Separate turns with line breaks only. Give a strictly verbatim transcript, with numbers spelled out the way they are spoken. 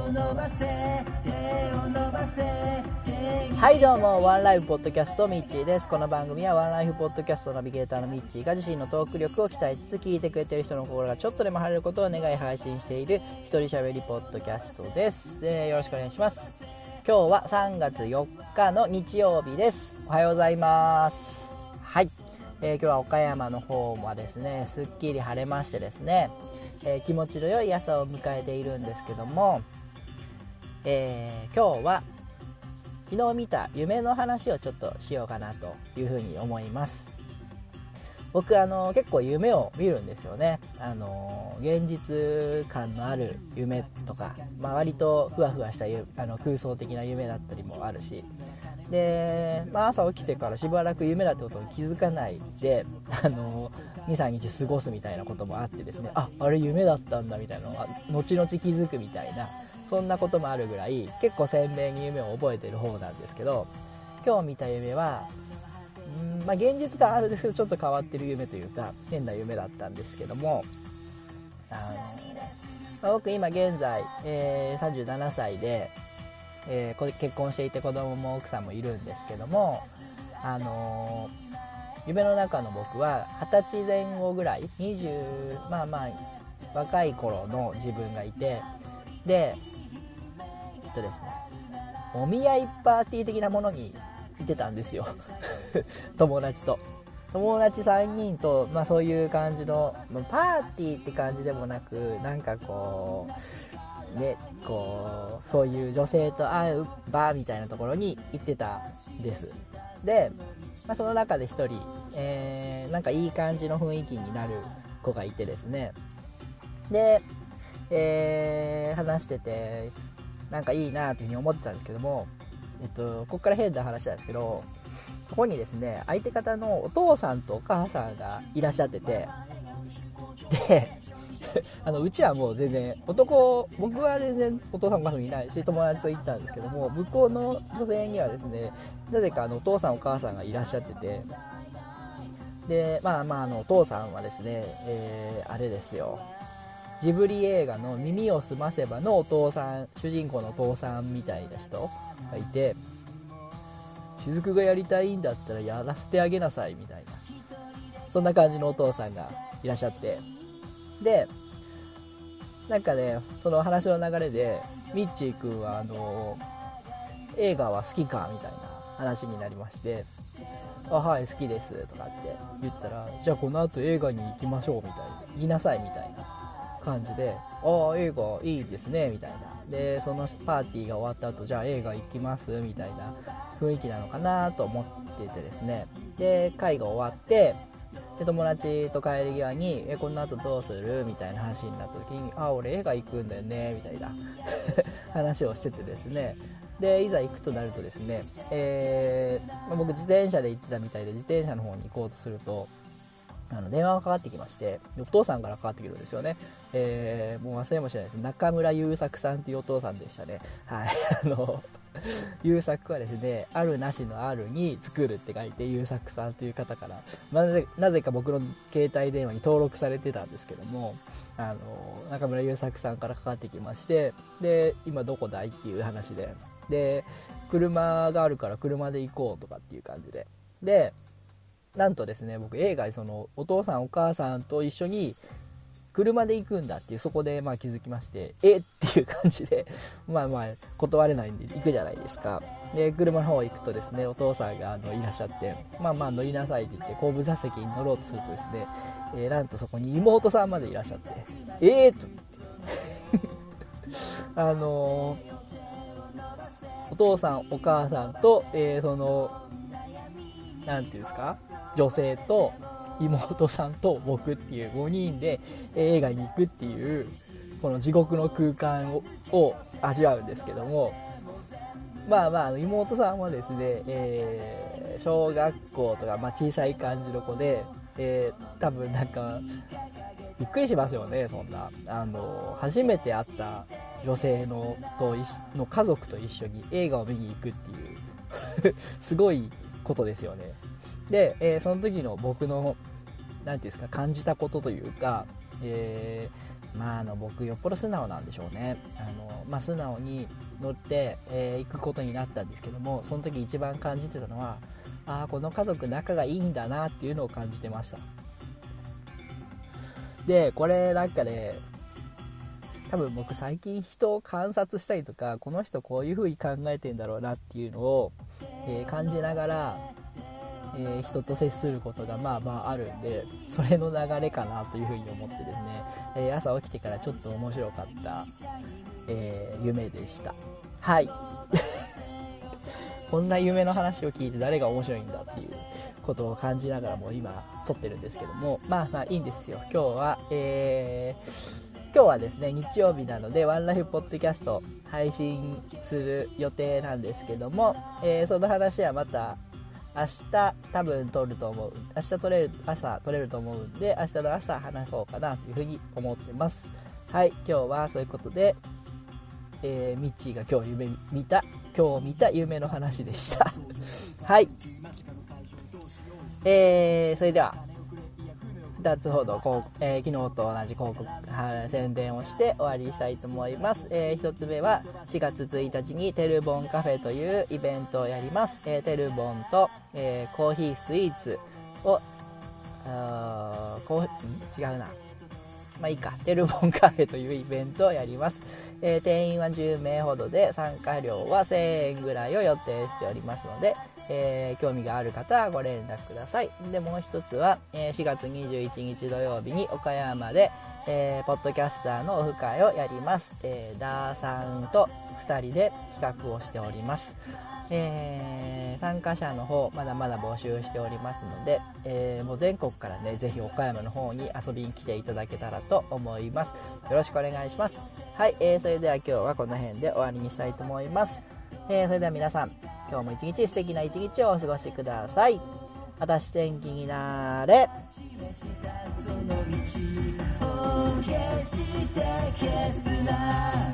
はいどうも、ワンライフポッドキャストミッチーです。この番組はワンライフポッドキャストナビゲーターのミッチーが自身のトーク力を鍛えつつ聞いてくれている人の心がちょっとでも晴れることを願い配信している一人喋りポッドキャストです、えー、よろしくお願いします。今日はさんがつよっかの日曜日です。おはようございます。はい、えー、今日は岡山の方はですねすっきり晴れましてですね、えー、気持ちの良い朝を迎えているんですけども、えー、今日は昨日見た夢の話をちょっとしようかなというふうに思います。僕あの結構夢を見るんですよね。あの現実感のある夢とか、まあ、割とふわふわしたあの空想的な夢だったりもあるし、で、まあ、朝起きてからしばらく夢だってことに気づかないであの にさんにち過ごすみたいなこともあってですね、あ、あれ夢だったんだみたいなのが後々気づくみたいな、そんなこともあるぐらい結構鮮明に夢を覚えてる方なんですけど、今日見た夢はん、まあ、現実感あるんですけどちょっと変わってる夢というか変な夢だったんですけども、あの、まあ、僕今現在、えー、さんじゅうななさいで、えー、結婚していて子供も奥さんもいるんですけども、あのー、夢の中の僕ははたちぜん後ぐらいにじゅう、まあまあ若い頃の自分がいて、でえっとですねお見合いパーティー的なものに行ってたんですよ友達と友達さんにんと、まあ、そういう感じのパーティーって感じでもなく、なんかこうね、こうそういう女性と会うバーみたいなところに行ってたんです。で、まあ、その中で一人、えー、なんかいい感じの雰囲気になる子がいてですね、で、えー、話しててなんかいいなというふうに思ってたんですけども、えっと、ここから変な話なんですけど、そこにですね相手方のお父さんとお母さんがいらっしゃってて、であのうちはもう全然男、僕は全然お父さんお母さんいないし友達と行ったんですけども、向こうの女性にはですねなぜかあのお父さんお母さんがいらっしゃってて、でまあまああのお父さんはですね、えー、あれですよ、ジブリ映画の耳をすませばのお父さん、主人公のお父さんみたいな人がいて、雫がやりたいんだったらやらせてあげなさいみたいな、そんな感じのお父さんがいらっしゃって、でなんかねその話の流れでミッチー君はあの映画は好きかみたいな話になりまして、あ、はい好きですとかって言ってたら、じゃあこの後映画に行きましょうみたいな、行きなさいみたいな感じで、ああ映画いいですねみたいな、でそのパーティーが終わった後、じゃあ映画行きますみたいな雰囲気なのかなと思っててですね、で会が終わって、で友達と帰り際にえこの後どうするみたいな話になった時に、あ俺映画行くんだよねみたいな話をしててですね、でいざ行くとなるとですね、えーまあ、僕自転車で行ってたみたいで自転車の方に行こうとすると、あの電話がかかってきまして、お父さんからかかってくるんですよね、えー、もう忘れもしないです。中村優作さんっていうお父さんでしたね。はいあの優作はですね、あるなしのあるに作るって書いて優作さんという方から、まあ、なぜ、なぜか僕の携帯電話に登録されてたんですけども、あの中村優作さんからかかってきまして、で今どこだいっていう話で、で車があるから車で行こうとかっていう感じで、でなんとですね僕映画にそのお父さんお母さんと一緒に車で行くんだっていう、そこでまあ気づきまして、えっていう感じでまあまあ断れないんで行くじゃないですか。で車の方行くとですね、お父さんがあのいらっしゃって、まあまあ乗りなさいって言って後部座席に乗ろうとするとですね、えー、なんとそこに妹さんまでいらっしゃって、えーとあのー、お父さんお母さんと、えー、そのなんていうんですか、女性と妹さんと僕っていうごにんで映画に行くっていうこの地獄の空間 を, を味わうんですけども、まあまあ妹さんはですね、えー、小学校とか、まあ、小さい感じの子で、えー、多分なんかびっくりしますよね。そんなあの初めて会った女性のとの家族と一緒に映画を見に行くっていうすごいことですよね。で、えー、その時の僕のなんていうんですか、感じたことというか、えー、 まあ、あの僕よっぽど素直なんでしょうね。あの、まあ、素直に乗って、えー、行くことになったんですけども、その時一番感じてたのは、ああこの家族仲がいいんだなっていうのを感じてました。でこれなんかね、多分僕最近人を観察したりとか、この人こういう風に考えてんだろうなっていうのを、えー、感じながら、えー、人と接することがまあまああるんで、それの流れかなという風に思ってですね、えー、朝起きてからちょっと面白かった、えー、夢でした。はいこんな夢の話を聞いて誰が面白いんだっていうことを感じながらも今撮ってるんですけども、まあまあいいんですよ。今日は、えー今日はですね日曜日なのでワンライフポッドキャスト配信する予定なんですけども、えー、その話はまた明日多分撮ると思う明日撮れる朝撮れると思うんで、明日の朝話そうかなというふうに思ってます。はい、今日はそういうことで、えー、ミッチーが今日夢見た今日見た夢の話でしたはい、えー、それではふたつほどこう、えー、昨日と同じ広告宣伝をして終わりにしたいと思います。えー、ひとつめはしがつついたちにテルボンカフェというイベントをやります。えー、テルボンと、えー、コーヒースイーツをあーコーん違うなまあいいかテルボンカフェというイベントをやります。えー、定員はじゅうめいほどで参加料はせんえんぐらいを予定しておりますので、えー、興味がある方はご連絡ください。でもう一つは、えー、しがつにじゅういちにち土曜日に岡山で、えー、ポッドキャスターのオフ会をやります。えー、ダーさんとふたりで企画をしております。えー、参加者の方まだまだ募集しておりますので、えー、もう全国からねぜひ岡山の方に遊びに来ていただけたらと思います。よろしくお願いします。はい、えー、それでは今日はこの辺で終わりにしたいと思います。えー、それでは皆さん今日も一日素敵な一日をお過ごしください。私天気になれ。その道を決して消すな